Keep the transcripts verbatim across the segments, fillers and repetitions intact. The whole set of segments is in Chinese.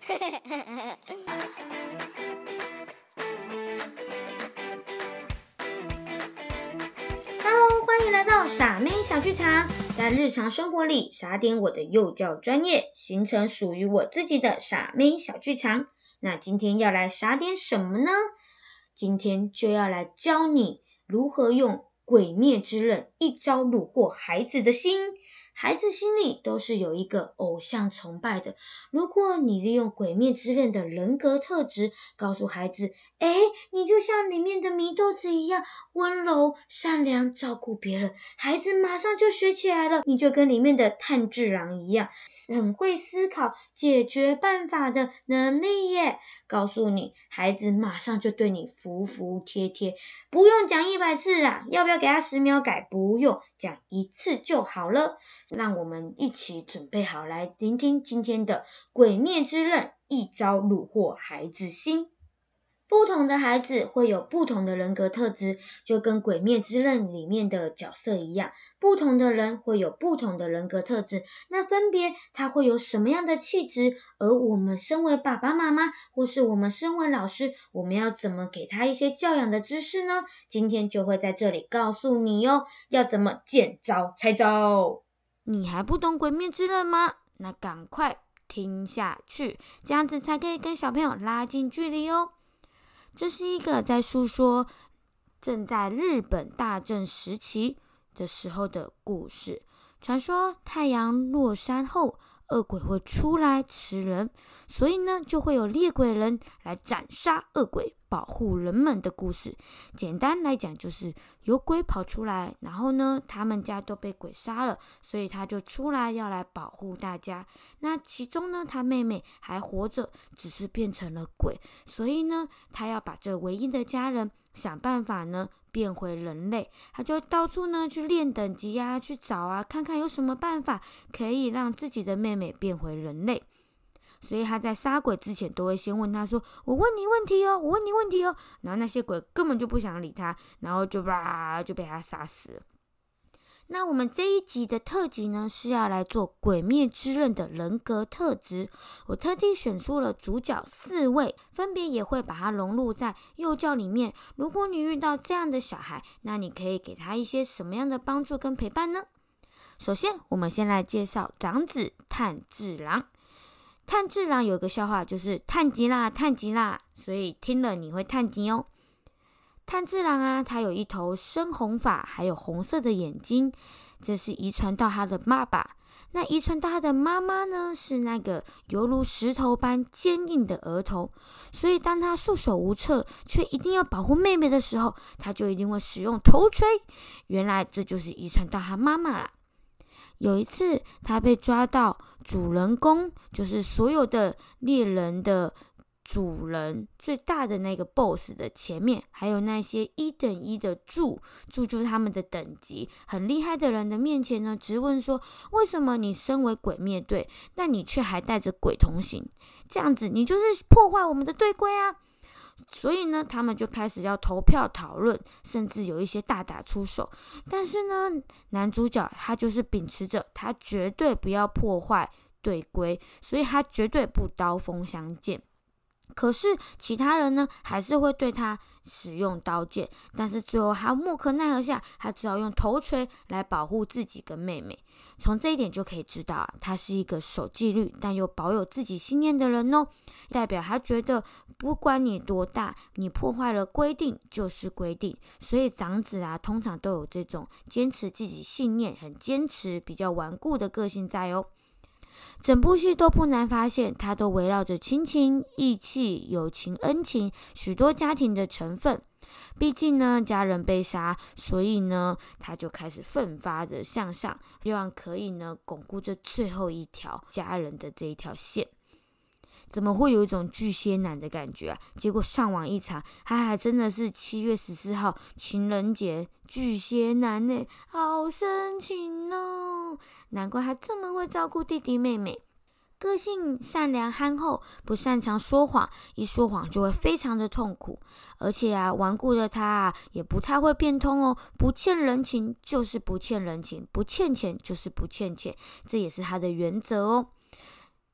Hello， 欢迎来到傻妹小剧场。在日常生活里，撒点我的幼教专业，形成属于我自己的傻妹小剧场。那今天要来撒点什么呢？今天就要来教你如何用鬼灭之刃一招虏获孩子的心。孩子心里都是有一个偶像崇拜的，如果你利用鬼灭之刃的人格特质，告诉孩子，诶，你就像里面的祢豆子一样，温柔、善良、照顾别人，孩子马上就学起来了。你就跟里面的炭治郎一样，很会思考解决办法的能力耶。告诉你，孩子马上就对你服服帖帖，不用讲一百次啊，要不要给他十秒改？不用，讲一次就好了。让我们一起准备好来聆听今天的鬼灭之刃一招虏获孩子心。不同的孩子会有不同的人格特质，就跟鬼灭之刃里面的角色一样，不同的人会有不同的人格特质，那分别他会有什么样的气质，而我们身为爸爸妈妈或是我们身为老师，我们要怎么给他一些教养的知识呢？今天就会在这里告诉你哟，要怎么见招拆招。 你还不懂鬼灭之刃吗？那赶快听下去，这样子才可以跟小朋友拉近距离哦。这是一个在诉说正在日本大正时期的时候的故事。传说太阳落山后，恶鬼会出来吃人，所以呢，就会有猎鬼人来斩杀恶鬼，保护人们的故事。简单来讲，就是有鬼跑出来，然后呢，他们家都被鬼杀了，所以他就出来要来保护大家。那其中呢，他妹妹还活着，只是变成了鬼，所以呢，他要把这唯一的家人想办法呢变回人类。他就到处呢去练等级啊，去找啊，看看有什么办法可以让自己的妹妹变回人类。所以他在杀鬼之前都会先问他说，我问你问题哦，我问你问题哦。然后那些鬼根本就不想理他，然后就吧就被他杀死了。那我们这一集的特辑呢，是要来做鬼灭之刃的人格特质。我特地选出了主角四位，分别也会把它融入在幼教里面。如果你遇到这样的小孩，那你可以给他一些什么样的帮助跟陪伴呢？首先，我们先来介绍长子炭治郎。炭治郎有个笑话，就是炭吉啦炭吉啦，所以听了你会炭吉哦。炭治郎啊，他有一头深红发，还有红色的眼睛，这是遗传到他的爸爸。那遗传到他的妈妈呢，是那个犹如石头般坚硬的额头，所以当他束手无策，却一定要保护妹妹的时候，他就一定会使用头锤。原来这就是遗传到他妈妈啦。有一次，他被抓到主人公，就是所有的猎人的主人最大的那个 boss 的前面，还有那些一等一的柱柱就是他们的等级很厉害的人的面前呢，质问说，为什么你身为鬼灭队，但你却还带着鬼同行？这样子你就是破坏我们的队规啊！所以呢，他们就开始要投票讨论，甚至有一些大打出手。但是呢，男主角他就是秉持着他绝对不要破坏队规，所以他绝对不刀锋相见。可是其他人呢，还是会对他使用刀剑，但是最后他无可奈何下，他只好用头锤来保护自己跟妹妹。从这一点就可以知道啊，他是一个守纪律但又保有自己信念的人哦。代表他觉得不管你多大，你破坏了规定就是规定。所以长子啊，通常都有这种坚持自己信念、很坚持、比较顽固的个性在哦。整部戏都不难发现，它都围绕着亲情、义气、友情、恩情，许多家庭的成分。毕竟呢，家人被杀，所以呢，他就开始奋发的向上，希望可以呢巩固这最后一条家人的这一条线。怎么会有一种巨蟹男的感觉啊？结果上网一查，他还真的是七月十四号情人节巨蟹男呢，好深情哦！难怪他这么会照顾弟弟妹妹。个性善良憨厚，不擅长说谎，一说谎就会非常的痛苦。而且啊，顽固的他啊，也不太会变通哦，不欠人情就是不欠人情，不欠钱就是不欠钱，这也是他的原则哦。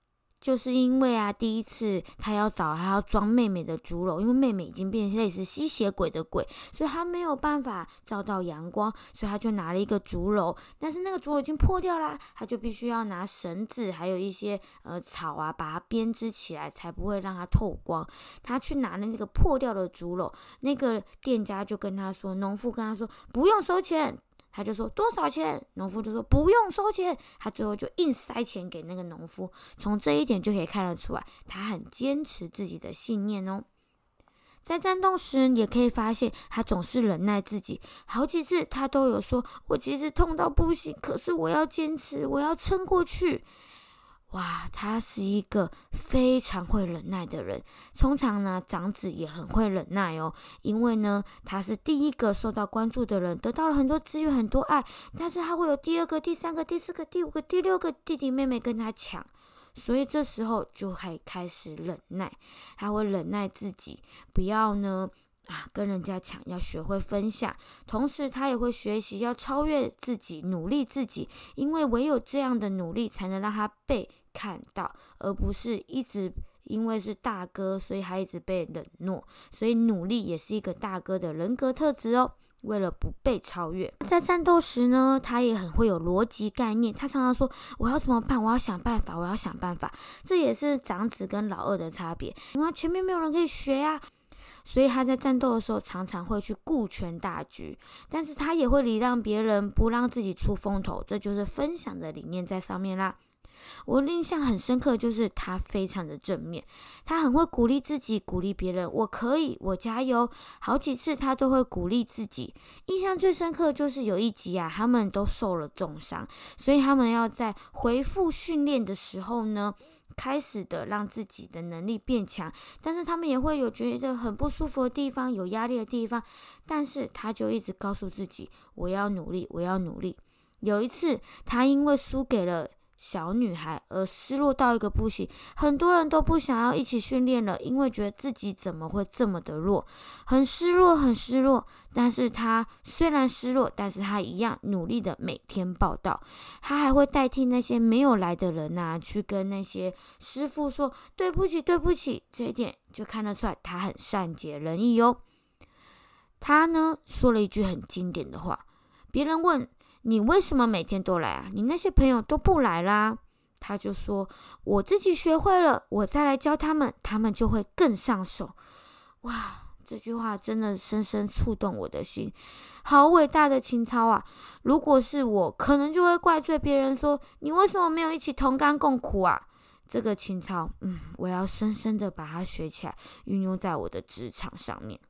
就是因为啊，第一次他要找他要装妹妹的竹篓，因为妹妹已经变成类似吸血鬼的鬼，所以他没有办法照到阳光，所以他就拿了一个竹篓，但是那个竹篓已经破掉啦，他就必须要拿绳子还有一些呃草啊把它编织起来，才不会让它透光。他去拿了那个破掉的竹篓，那个店家就跟他说，农夫跟他说不用收钱，他就说多少钱？农夫就说不用收钱，他最后就硬塞钱给那个农夫。从这一点就可以看得出来，他很坚持自己的信念哦。在战斗时也可以发现，他总是忍耐自己，好几次他都有说，我其实痛到不行，可是我要坚持，我要撑过去。哇，他是一个非常会忍耐的人。通常呢，长子也很会忍耐哦，因为呢，他是第一个受到关注的人，得到了很多资源、很多爱，但是他会有第二个、第三个、第四个、第五个、第六个弟弟妹妹跟他抢，所以这时候就会开始忍耐，他会忍耐自己，不要呢啊，跟人家抢，要学会分享。同时他也会学习要超越自己，努力自己，因为唯有这样的努力才能让他被看到，而不是一直因为是大哥所以他一直被冷落。所以努力也是一个大哥的人格特质哦，为了不被超越。在战斗时呢，他也很会有逻辑概念，他常常说我要怎么办，我要想办法，我要想办法。这也是长子跟老二的差别，因为前面没有人可以学啊，所以他在战斗的时候常常会去顾全大局，但是他也会礼让别人，不让自己出风头，这就是分享的理念在上面啦。我印象很深刻，就是他非常的正面，他很会鼓励自己，鼓励别人，我可以，我加油。好几次他都会鼓励自己。印象最深刻就是有一集啊，他们都受了重伤，所以他们要在恢复训练的时候呢，开始的让自己的能力变强，但是他们也会有觉得很不舒服的地方，有压力的地方，但是他就一直告诉自己，我要努力，我要努力。有一次他因为输给了小女孩而失落到一个不行，很多人都不想要一起训练了，因为觉得自己怎么会这么的弱，很失落很失落。但是他虽然失落，但是他一样努力的每天报到，他还会代替那些没有来的人啊，去跟那些师傅说对不起对不起，这一点就看得出来他很善解人意哦。他呢说了一句很经典的话，别人问你为什么每天都来啊？你那些朋友都不来啦。他就说我自己学会了，我再来教他们，他们就会更上手。哇，这句话真的深深触动我的心，好伟大的情操啊！如果是我，可能就会怪罪别人说你为什么没有一起同甘共苦啊？这个情操，嗯，我要深深的把它学起来，运用在我的职场上面。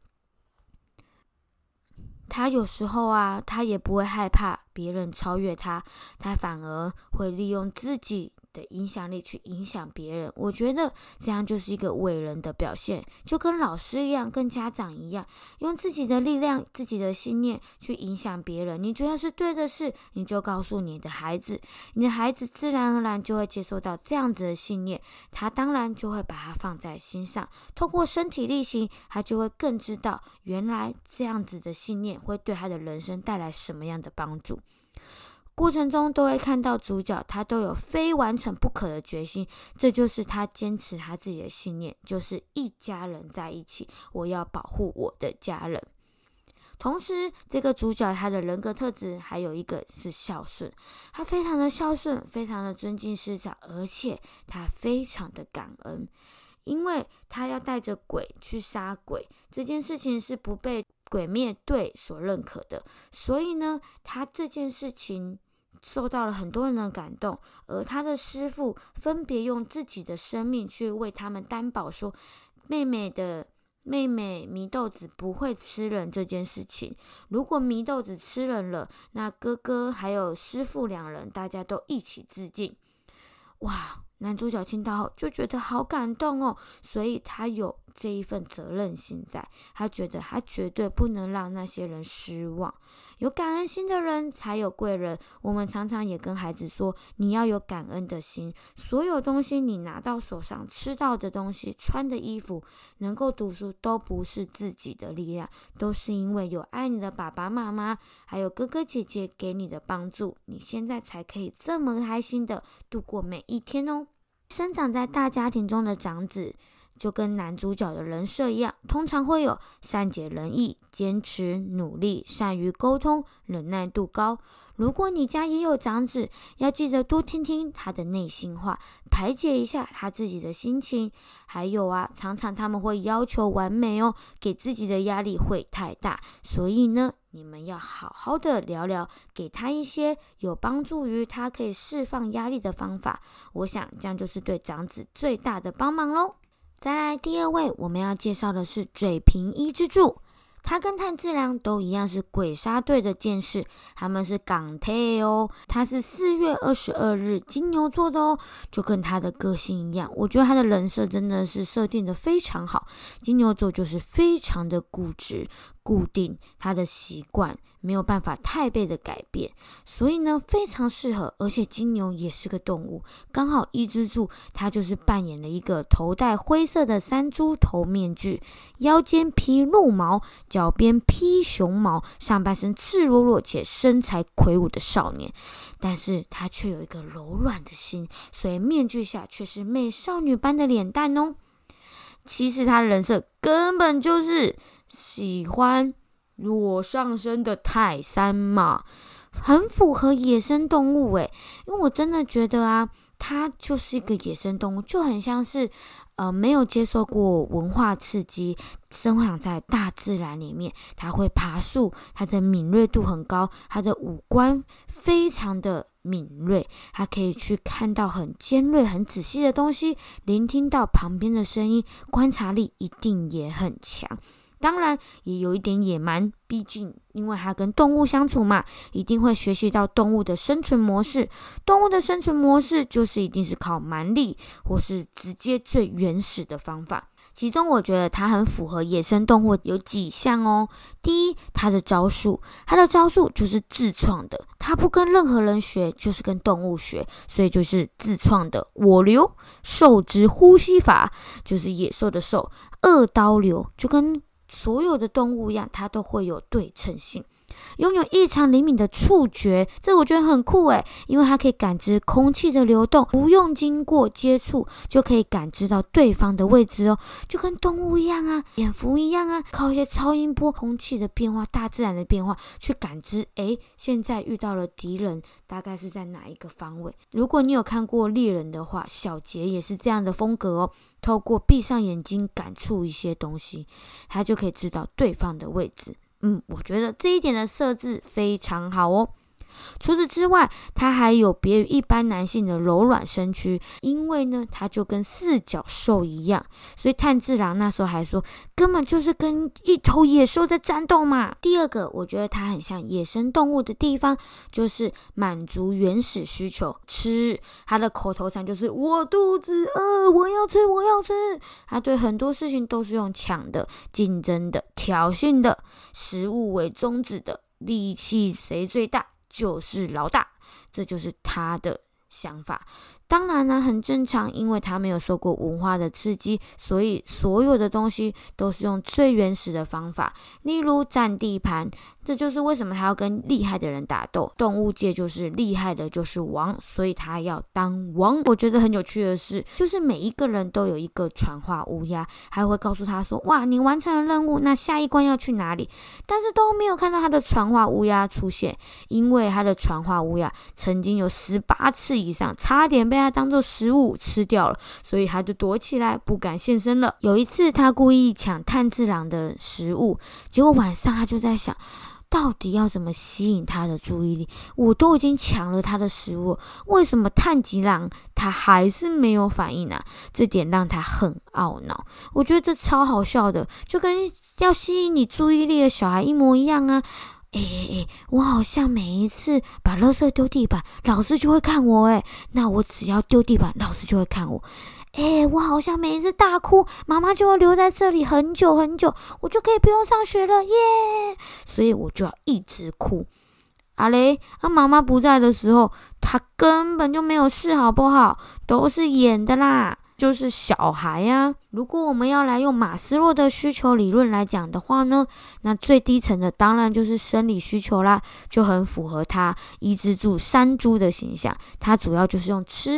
他有时候啊，他也不会害怕别人超越他，他反而会利用自己的影响力去影响别人。我觉得这样就是一个伟人的表现，就跟老师一样，跟家长一样，用自己的力量、自己的信念去影响别人。你觉得是对的事，你就告诉你的孩子，你的孩子自然而然就会接受到这样子的信念，他当然就会把它放在心上，透过身体力行，他就会更知道原来这样子的信念会对他的人生带来什么样的帮助。过程中都会看到主角他都有非完成不可的决心，这就是他坚持他自己的信念，就是一家人在一起，我要保护我的家人。同时这个主角他的人格特质还有一个是孝顺，他非常的孝顺，非常的尊敬师长，而且他非常的感恩，因为他要带着鬼去杀鬼，这件事情是不被鬼灭队所认可的，所以呢他这件事情受到了很多人的感动，而他的师父分别用自己的生命去为他们担保说妹妹的妹妹祢豆子不会吃人这件事情，如果祢豆子吃人了，那哥哥还有师父两人大家都一起自尽。哇，男主角听到后就觉得好感动哦，所以他有这一份责任心在，他觉得他绝对不能让那些人失望。有感恩心的人才有贵人，我们常常也跟孩子说，你要有感恩的心，所有东西你拿到手上，吃到的东西，穿的衣服，能够读书，都不是自己的力量，都是因为有爱你的爸爸妈妈还有哥哥姐姐给你的帮助，你现在才可以这么开心的度过每一天哦。 生长在大家庭中的长子就跟男主角的人设一样，通常会有善解人意、坚持、努力、善于沟通、忍耐度高。如果你家也有长子，要记得多听听他的内心话，排解一下他自己的心情。还有啊，常常他们会要求完美哦，给自己的压力会太大。所以呢，你们要好好的聊聊，给他一些有帮助于他可以释放压力的方法。我想这样就是对长子最大的帮忙咯。再来第二位，我们要介绍的是嘴平一之助。他跟炭治郎都一样是鬼杀队的剑士，他们是港铁哦。他是四月二十二日金牛座的哦，就跟他的个性一样，我觉得他的人设真的是设定的非常好。金牛座就是非常的固执、固定，他的习惯没有办法太倍的改变，所以呢非常适合。而且金牛也是个动物，刚好一之助他就是扮演了一个头戴灰色的山猪头面具，腰间披鹿毛，脚边披熊毛，上半身赤裸裸且身材魁梧的少年。但是他却有一个柔软的心，所以面具下却是美少女般的脸蛋哦。其实他的人设根本就是喜欢裸上身的泰山嘛，很符合野生动物诶。因为我真的觉得啊，它就是一个野生动物，就很像是呃没有接受过文化刺激，生长在大自然里面。它会爬树，它的敏锐度很高，它的五官非常的敏锐，它可以去看到很尖锐、很仔细的东西，聆听到旁边的声音，观察力一定也很强。当然也有一点野蛮，毕竟因为他跟动物相处嘛，一定会学习到动物的生存模式。动物的生存模式就是一定是靠蛮力，或是直接最原始的方法。其中我觉得它很符合野生动物有几项哦。第一，它的招数，它的招数就是自创的，它不跟任何人学，就是跟动物学，所以就是自创的。我流兽之呼吸法，就是野兽的兽。二刀流就跟所有的动物一样，它都会有对称性，拥有异常灵敏的触觉，这我觉得很酷诶，因为它可以感知空气的流动，不用经过接触就可以感知到对方的位置哦，就跟动物一样啊，蝙蝠一样啊，靠一些超音波、空气的变化、大自然的变化去感知，诶，现在遇到了敌人，大概是在哪一个方位。如果你有看过猎人的话，小杰也是这样的风格哦，透过闭上眼睛感触一些东西，他就可以知道对方的位置。嗯，我觉得这一点的设置非常好哦。除此之外，它还有别于一般男性的柔软身躯，因为呢，它就跟四脚兽一样，所以炭治郎那时候还说，根本就是跟一头野兽在战斗嘛。第二个，我觉得它很像野生动物的地方，就是满足原始需求，吃。它的口头禅就是我肚子饿，我要吃，我要吃。它对很多事情都是用抢的、竞争的、挑衅的，食物为宗旨的，力气谁最大就是老大，这就是他的想法。当然呢，很正常，因为他没有受过文化的刺激，所以所有的东西都是用最原始的方法，例如占地盘。这就是为什么他要跟厉害的人打斗。动物界就是厉害的就是王，所以他要当王。我觉得很有趣的是，就是每一个人都有一个传话乌鸦，还会告诉他说，哇，你完成了任务，那下一关要去哪里？但是都没有看到他的传话乌鸦出现，因为他的传话乌鸦曾经有十八次以上差点被他当作食物吃掉了，所以他就躲起来不敢现身了。有一次他故意抢炭治郎的食物，结果晚上他就在想，到底要怎么吸引他的注意力？我都已经抢了他的食物，为什么炭治郎他还是没有反应啊？这点让他很懊恼。我觉得这超好笑的，就跟要吸引你注意力的小孩一模一样啊。诶诶诶，我好像每一次把垃圾丢地板，老师就会看我诶，那我只要丢地板，老师就会看我。诶，我好像每一次大哭，妈妈就会留在这里很久很久，我就可以不用上学了耶！所以我就要一直哭。啊嘞，啊妈妈不在的时候，他根本就没有事，好不好？都是演的啦。就是小孩啊。如果我们要来用马斯洛的需求理论来讲的话呢，那最低层的当然就是生理需求啦，就很符合他伊之助山猪的形象。他主要就是用吃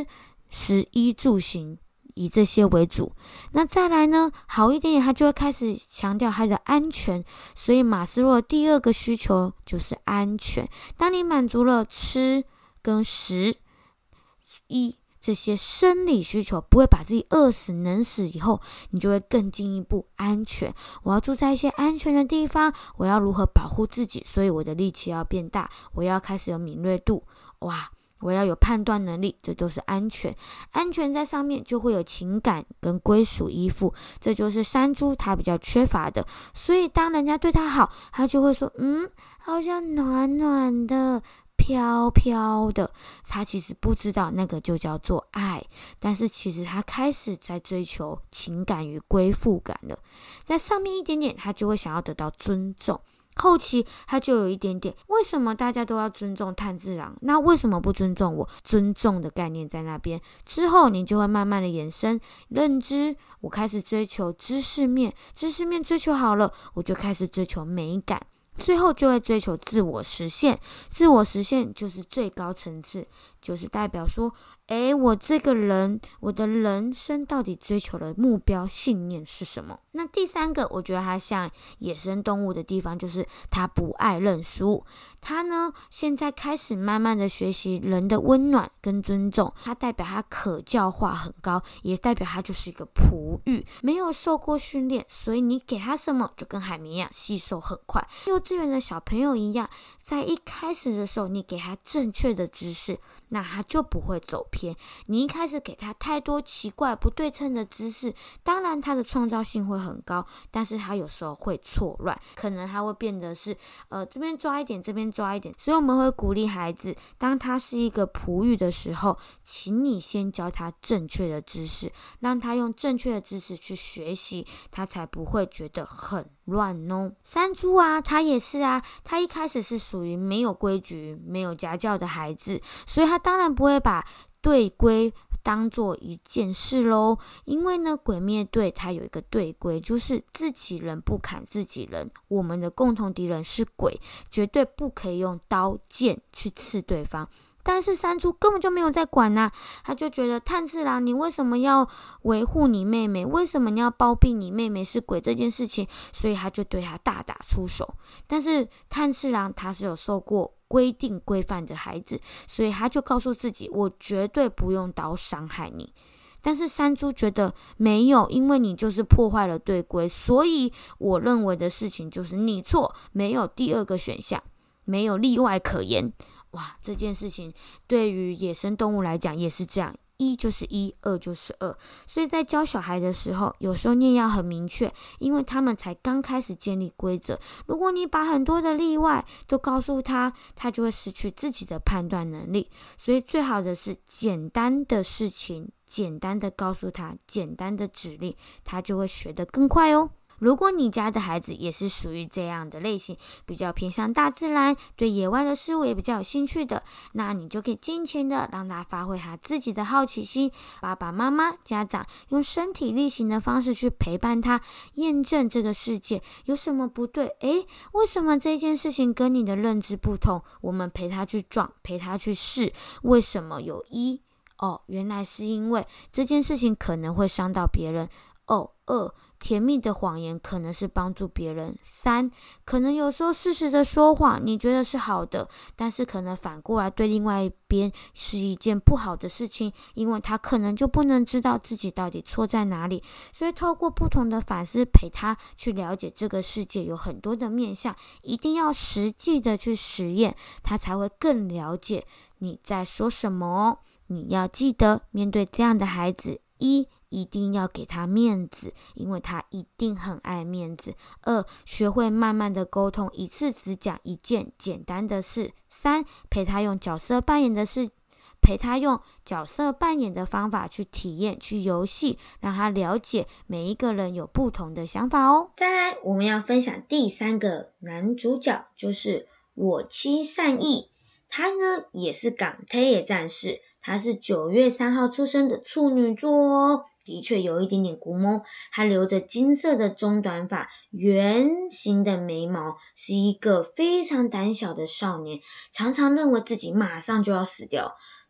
食衣住行以这些为主。那再来呢，好一点点他就会开始强调他的安全，所以马斯洛的第二个需求就是安全。当你满足了吃跟食衣这些生理需求，不会把自己饿死冷死以后，你就会更进一步安全。我要住在一些安全的地方，我要如何保护自己，所以我的力气要变大，我要开始有敏锐度，哇，我要有判断能力，这都是安全。安全在上面就会有情感跟归属依附，这就是山猪他比较缺乏的。所以当人家对他好，他就会说嗯，好像暖暖的飘飘的，他其实不知道那个就叫做爱，但是其实他开始在追求情感与归附感了。在上面一点点，他就会想要得到尊重，后期他就有一点点，为什么大家都要尊重炭治郎，那为什么不尊重我？尊重的概念在那边之后，你就会慢慢的延伸认知，我开始追求知识面，知识面追求好了，我就开始追求美感，最后就会追求自我实现。自我实现就是最高层次，就是代表说诶，我这个人，我的人生到底追求的目标信念是什么？那第三个我觉得它像野生动物的地方，就是它不爱认输。它呢现在开始慢慢的学习人的温暖跟尊重，它代表它可教化很高，也代表它就是一个璞玉，没有受过训练，所以你给它什么就跟海绵一样吸收很快。幼稚园的小朋友一样，在一开始的时候你给他正确的知识，那他就不会走偏。你一开始给他太多奇怪不对称的知识，当然他的创造性会很高，但是他有时候会错乱，可能他会变得是呃这边抓一点，这边抓一点。所以我们会鼓励孩子，当他是一个璞玉的时候，请你先教他正确的知识，让他用正确的知识去学习，他才不会觉得很乱哦。山猪啊，他也是啊，他一开始是属于没有规矩没有家教的孩子，所以他当然不会把队规当做一件事咯。因为呢，鬼灭队它有一个队规，就是自己人不砍自己人，我们的共同敌人是鬼，绝对不可以用刀剑去刺对方。但是山猪根本就没有在管啊，他就觉得炭治郎你为什么要维护你妹妹，为什么你要包庇你妹妹是鬼这件事情，所以他就对他大打出手。但是炭治郎他是有受过规定规范的孩子，所以他就告诉自己，我绝对不用刀伤害你。但是山猪觉得没有，因为你就是破坏了队规，所以我认为的事情就是你错，没有第二个选项，没有例外可言。哇，这件事情对于野生动物来讲也是这样，一就是一，二就是二。所以在教小孩的时候，有时候你也要很明确，因为他们才刚开始建立规则。如果你把很多的例外都告诉他，他就会失去自己的判断能力。所以最好的是简单的事情，简单的告诉他，简单的指令，他就会学得更快哦。如果你家的孩子也是属于这样的类型，比较偏向大自然，对野外的事物也比较有兴趣的，那你就可以尽情的让他发挥他自己的好奇心。爸爸妈妈家长用身体力行的方式去陪伴他，验证这个世界有什么不对，诶，为什么这件事情跟你的认知不同，我们陪他去撞，陪他去试，为什么有一哦，原来是因为这件事情可能会伤到别人。哦，二，甜蜜的谎言可能是帮助别人。三，可能有时候适时的说谎你觉得是好的，但是可能反过来对另外一边是一件不好的事情，因为他可能就不能知道自己到底错在哪里。所以透过不同的反思陪他去了解这个世界有很多的面向，一定要实际的去实验，他才会更了解你在说什么哦。你要记得面对这样的孩子，一，一定要给他面子，因为他一定很爱面子。二，学会慢慢的沟通，一次只讲一件简单的事。三，陪他用角色扮演的事陪他用角色扮演的方法去体验，去游戏，让他了解每一个人有不同的想法哦。 再来，我们要分享第三个男主角，就是我妻善逸。他呢也是港推野战士，他是九月三号出生的处女座哦，的确有一点点古摸。他留着金色的中短发，圆形的眉毛，是一个非常胆小的少年，常常认为自己马上就要死掉。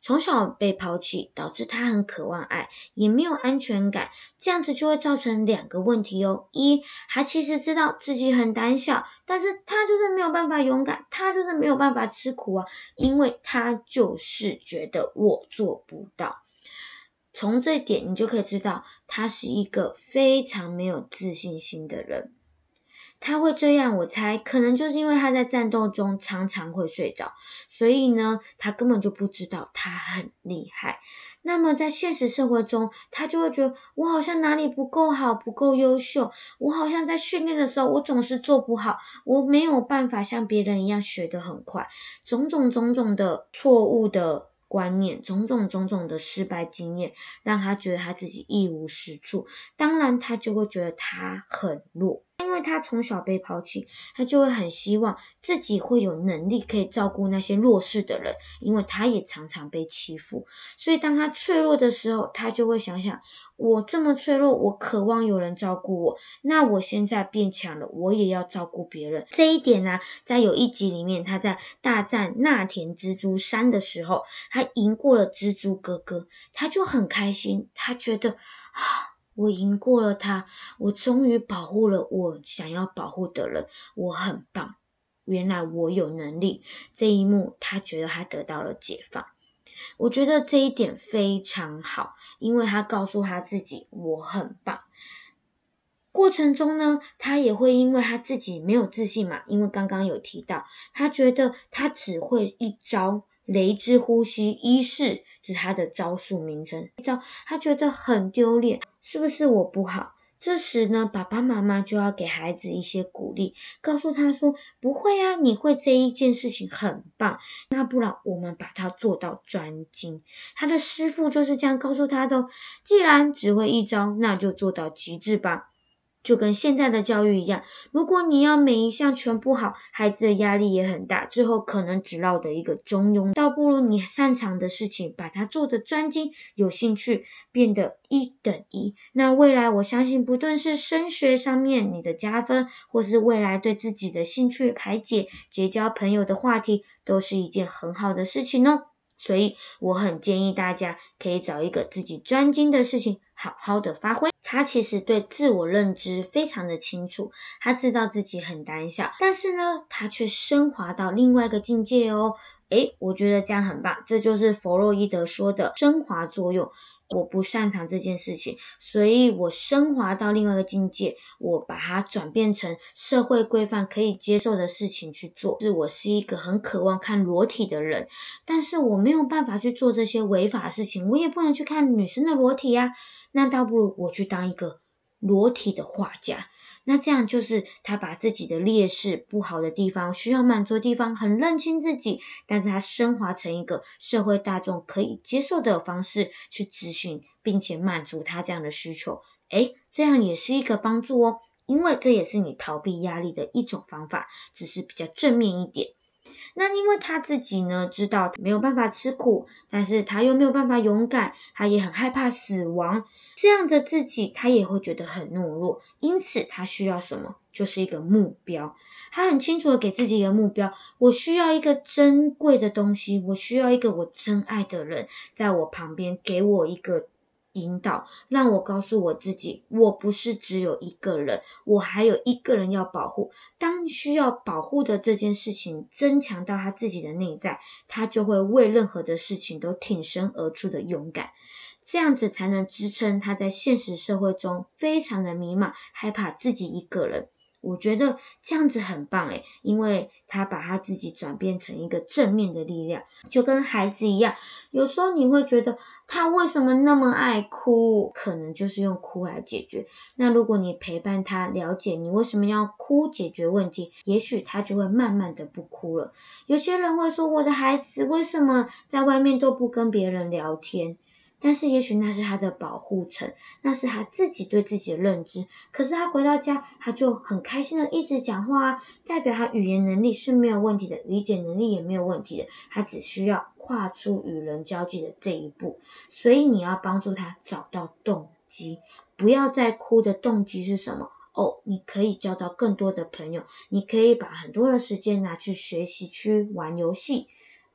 从小被抛弃，导致他很渴望爱，也没有安全感，这样子就会造成两个问题哦。一，他其实知道自己很胆小，但是他就是没有办法勇敢，他就是没有办法吃苦啊，因为他就是觉得我做不到。从这一点你就可以知道，他是一个非常没有自信心的人。他会这样，我猜可能就是因为他在战斗中常常会睡着，所以呢，他根本就不知道他很厉害。那么在现实生活中，他就会觉得我好像哪里不够好，不够优秀，我好像在训练的时候我总是做不好，我没有办法像别人一样学得很快，种种种种的错误的观念，种种种种的失败经验，让他觉得他自己一无是处，当然他就会觉得他很弱。因为他从小被抛弃，他就会很希望自己会有能力可以照顾那些弱势的人，因为他也常常被欺负，所以当他脆弱的时候，他就会想想，我这么脆弱，我渴望有人照顾我，那我现在变强了，我也要照顾别人。这一点啊，在有一集里面，他在大战那田蜘蛛山的时候，他赢过了蜘蛛哥哥，他就很开心，他觉得啊，我赢过了他，我终于保护了我想要保护的人，我很棒，原来我有能力。这一幕他觉得他得到了解放，我觉得这一点非常好，因为他告诉他自己我很棒。过程中呢，他也会因为他自己没有自信嘛，因为刚刚有提到，他觉得他只会一招雷之呼吸一式是他的招数名称，他觉得很丢脸，是不是我不好？这时呢，爸爸妈妈就要给孩子一些鼓励，告诉他说，不会啊，你会这一件事情很棒，那不然我们把它做到专精。他的师父就是这样告诉他的哦，既然只会一招，那就做到极致吧。就跟现在的教育一样，如果你要每一项全部好，孩子的压力也很大，最后可能只落得一个中庸，倒不如你擅长的事情把它做得专精，有兴趣，变得一等一。那未来我相信不论是升学上面你的加分，或是未来对自己的兴趣排解，结交朋友的话题，都是一件很好的事情哦。所以我很建议大家可以找一个自己专精的事情好好的发挥。他其实对自我认知非常的清楚，他知道自己很胆小，但是呢他却升华到另外一个境界哦。诶，我觉得这样很棒，这就是弗洛伊德说的升华作用。我不擅长这件事情，所以我升华到另外一个境界，我把它转变成社会规范可以接受的事情去做。是我是一个很渴望看裸体的人，但是我没有办法去做这些违法的事情，我也不能去看女生的裸体啊，那倒不如我去当一个裸体的画家。那这样就是他把自己的劣势、不好的地方、需要满足的地方很认清自己，但是他升华成一个社会大众可以接受的方式去执行，并且满足他这样的需求。诶，这样也是一个帮助哦，因为这也是你逃避压力的一种方法，只是比较正面一点。那因为他自己呢知道没有办法吃苦，但是他又没有办法勇敢，他也很害怕死亡，这样的自己他也会觉得很懦弱，因此他需要什么？就是一个目标。他很清楚的给自己一个目标，我需要一个珍贵的东西，我需要一个我真爱的人在我旁边，给我一个引导，让我告诉我自己，我不是只有一个人，我还有一个人要保护。当需要保护的这件事情增强到他自己的内在，他就会为任何的事情都挺身而出的勇敢，这样子才能支撑他在现实社会中非常的迷茫，害怕自己一个人。我觉得这样子很棒诶，因为他把他自己转变成一个正面的力量，就跟孩子一样，有时候你会觉得他为什么那么爱哭，可能就是用哭来解决。那如果你陪伴他，了解你为什么要哭，解决问题，也许他就会慢慢的不哭了。有些人会说，我的孩子为什么在外面都不跟别人聊天？但是也许那是他的保护层，那是他自己对自己的认知，可是他回到家他就很开心的一直讲话啊，代表他语言能力是没有问题的，理解能力也没有问题的，他只需要跨出与人交际的这一步。所以你要帮助他找到动机，不要再哭的动机是什么？哦，你可以交到更多的朋友，你可以把很多的时间拿去学习，去玩游戏。诶，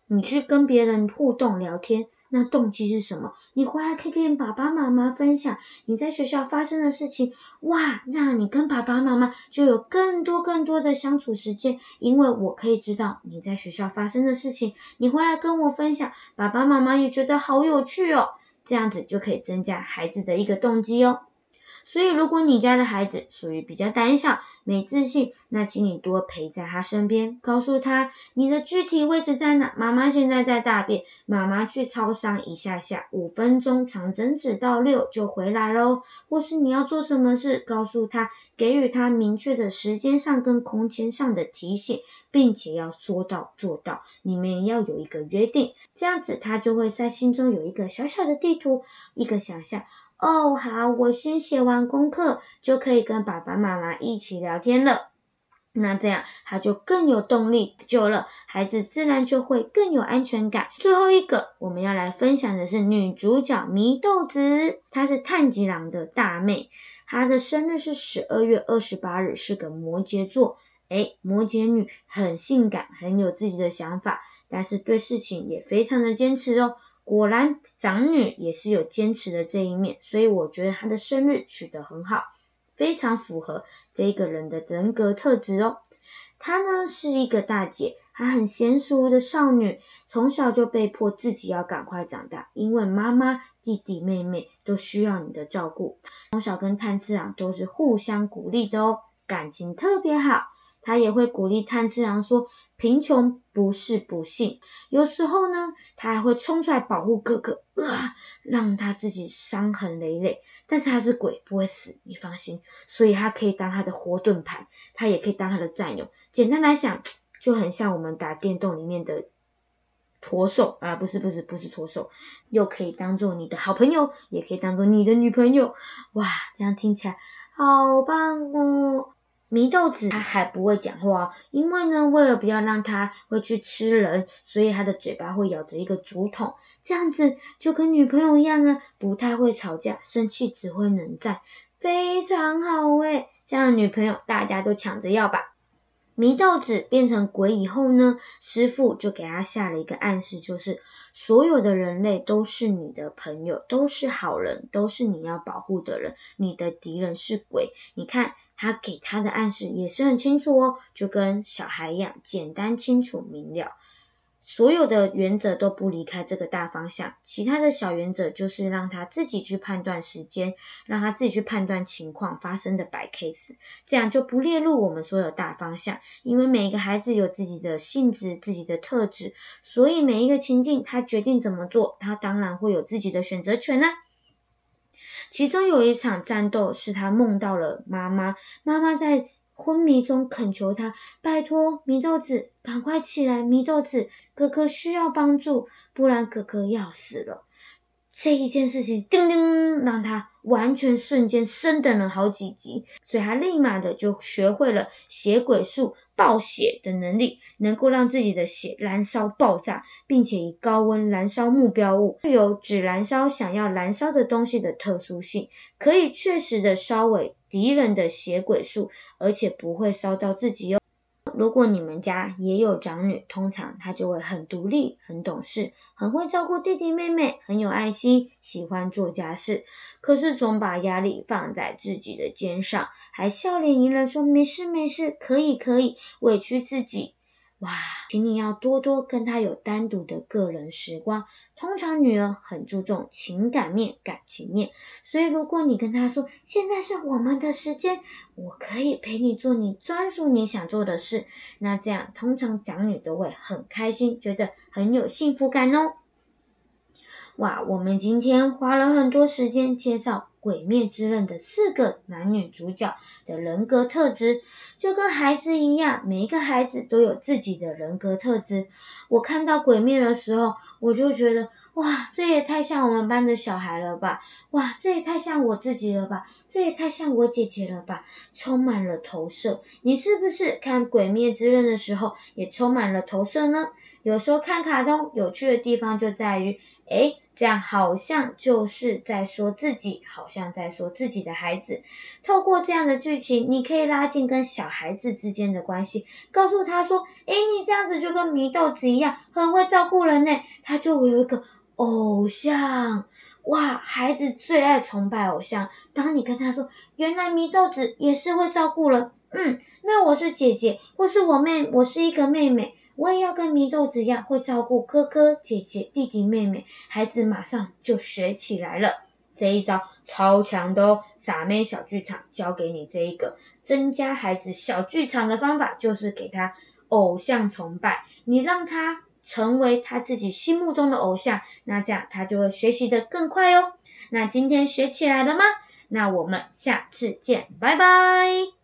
你去跟别人互动聊天，那动机是什么？你回来可以跟爸爸妈妈分享你在学校发生的事情，哇，那你跟爸爸妈妈就有更多更多的相处时间，因为我可以知道你在学校发生的事情，你回来跟我分享，爸爸妈妈也觉得好有趣哦，这样子就可以增加孩子的一个动机哦。所以如果你家的孩子属于比较胆小、没自信，那请你多陪在他身边，告诉他你的具体位置在哪，妈妈现在在大便，妈妈去超商一下下，五分钟长针指到六就回来咯。或是你要做什么事，告诉他，给予他明确的时间上跟空间上的提醒，并且要说到做到，你们要有一个约定，这样子他就会在心中有一个小小的地图，一个想象，哦，好，我先写完功课就可以跟爸爸妈妈一起聊天了。那这样他就更有动力，久了孩子自然就会更有安全感。最后一个我们要来分享的是女主角祢豆子，她是炭治郎的大妹，她的生日是十二月二十八日，是个摩羯座。诶，摩羯女很性感，很有自己的想法，但是对事情也非常的坚持哦。果然长女也是有坚持的这一面，所以我觉得她的生日取得很好，非常符合这个人的人格特质哦。她呢是一个大姐，她很娴熟的少女，从小就被迫自己要赶快长大，因为妈妈、弟弟、妹妹都需要你的照顾。从小跟炭治郎都是互相鼓励的哦，感情特别好。她也会鼓励炭治郎说，贫穷不是不幸，有时候呢他还会冲出来保护哥哥，啊，让他自己伤痕累累，但是他是鬼，不会死，你放心，所以他可以当他的活盾牌，他也可以当他的战友。简单来讲，就很像我们打电动里面的驼兽啊，不是不是不是驼兽，又可以当做你的好朋友，也可以当做你的女朋友。哇，这样听起来好棒哦。祢豆子他还不会讲话，因为呢为了不要让他会去吃人，所以他的嘴巴会咬着一个竹筒，这样子就跟女朋友一样啊，不太会吵架，生气只会冷战，非常好诶，这样的女朋友大家都抢着要吧。祢豆子变成鬼以后呢，师父就给他下了一个暗示，就是所有的人类都是你的朋友，都是好人，都是你要保护的人，你的敌人是鬼。你看他给他的暗示也是很清楚哦，就跟小孩一样，简单清楚明了，所有的原则都不离开这个大方向，其他的小原则就是让他自己去判断时间，让他自己去判断情况发生的白 case， 这样就不列入我们所有大方向，因为每一个孩子有自己的性质，自己的特质，所以每一个情境他决定怎么做，他当然会有自己的选择权啊。其中有一场战斗是他梦到了妈妈，妈妈在昏迷中恳求他，拜托祢豆子赶快起来，祢豆子哥哥需要帮助，不然哥哥要死了。这一件事情叮叮让他完全瞬间升等了好几级，所以他立马的就学会了血鬼术爆血的能力，能够让自己的血燃烧爆炸，并且以高温燃烧目标物，具有只燃烧想要燃烧的东西的特殊性，可以确实的烧毁敌人的血鬼术，而且不会烧到自己哦。如果你们家也有长女，通常她就会很独立，很懂事，很会照顾弟弟妹妹，很有爱心，喜欢做家事，可是总把压力放在自己的肩上，还笑脸迎人说没事没事，可以可以，委屈自己。哇，请你要多多跟她有单独的个人时光。通常女儿很注重情感面、感情面，所以如果你跟她说现在是我们的时间，我可以陪你做你专属你想做的事，那这样通常长女都会很开心，觉得很有幸福感哦。哇，我们今天花了很多时间介绍《鬼灭之刃》的四个男女主角的人格特质，就跟孩子一样，每一个孩子都有自己的人格特质。我看到鬼灭的时候，我就觉得哇，这也太像我们班的小孩了吧，哇，这也太像我自己了吧，这也太像我姐姐了吧，充满了投射。你是不是看《鬼灭之刃》的时候也充满了投射呢？有时候看卡通有趣的地方就在于诶这样好像就是在说自己，好像在说自己的孩子。透过这样的剧情，你可以拉近跟小孩子之间的关系，告诉他说，诶，你这样子就跟祢豆子一样，很会照顾人呢，他就会有一个偶像。哇，孩子最爱崇拜偶像。当你跟他说，原来祢豆子也是会照顾人，嗯，那我是姐姐，或是我妹，我是一个妹妹，我也要跟祢豆子一样会照顾哥哥、姐姐、弟弟、妹妹，孩子马上就学起来了。这一招超强的哦，傻妹小剧场教给你这一个增加孩子小剧场的方法，就是给他偶像崇拜，你让他成为他自己心目中的偶像，那这样他就会学习得更快哦。那今天学起来了吗？那我们下次见，拜拜。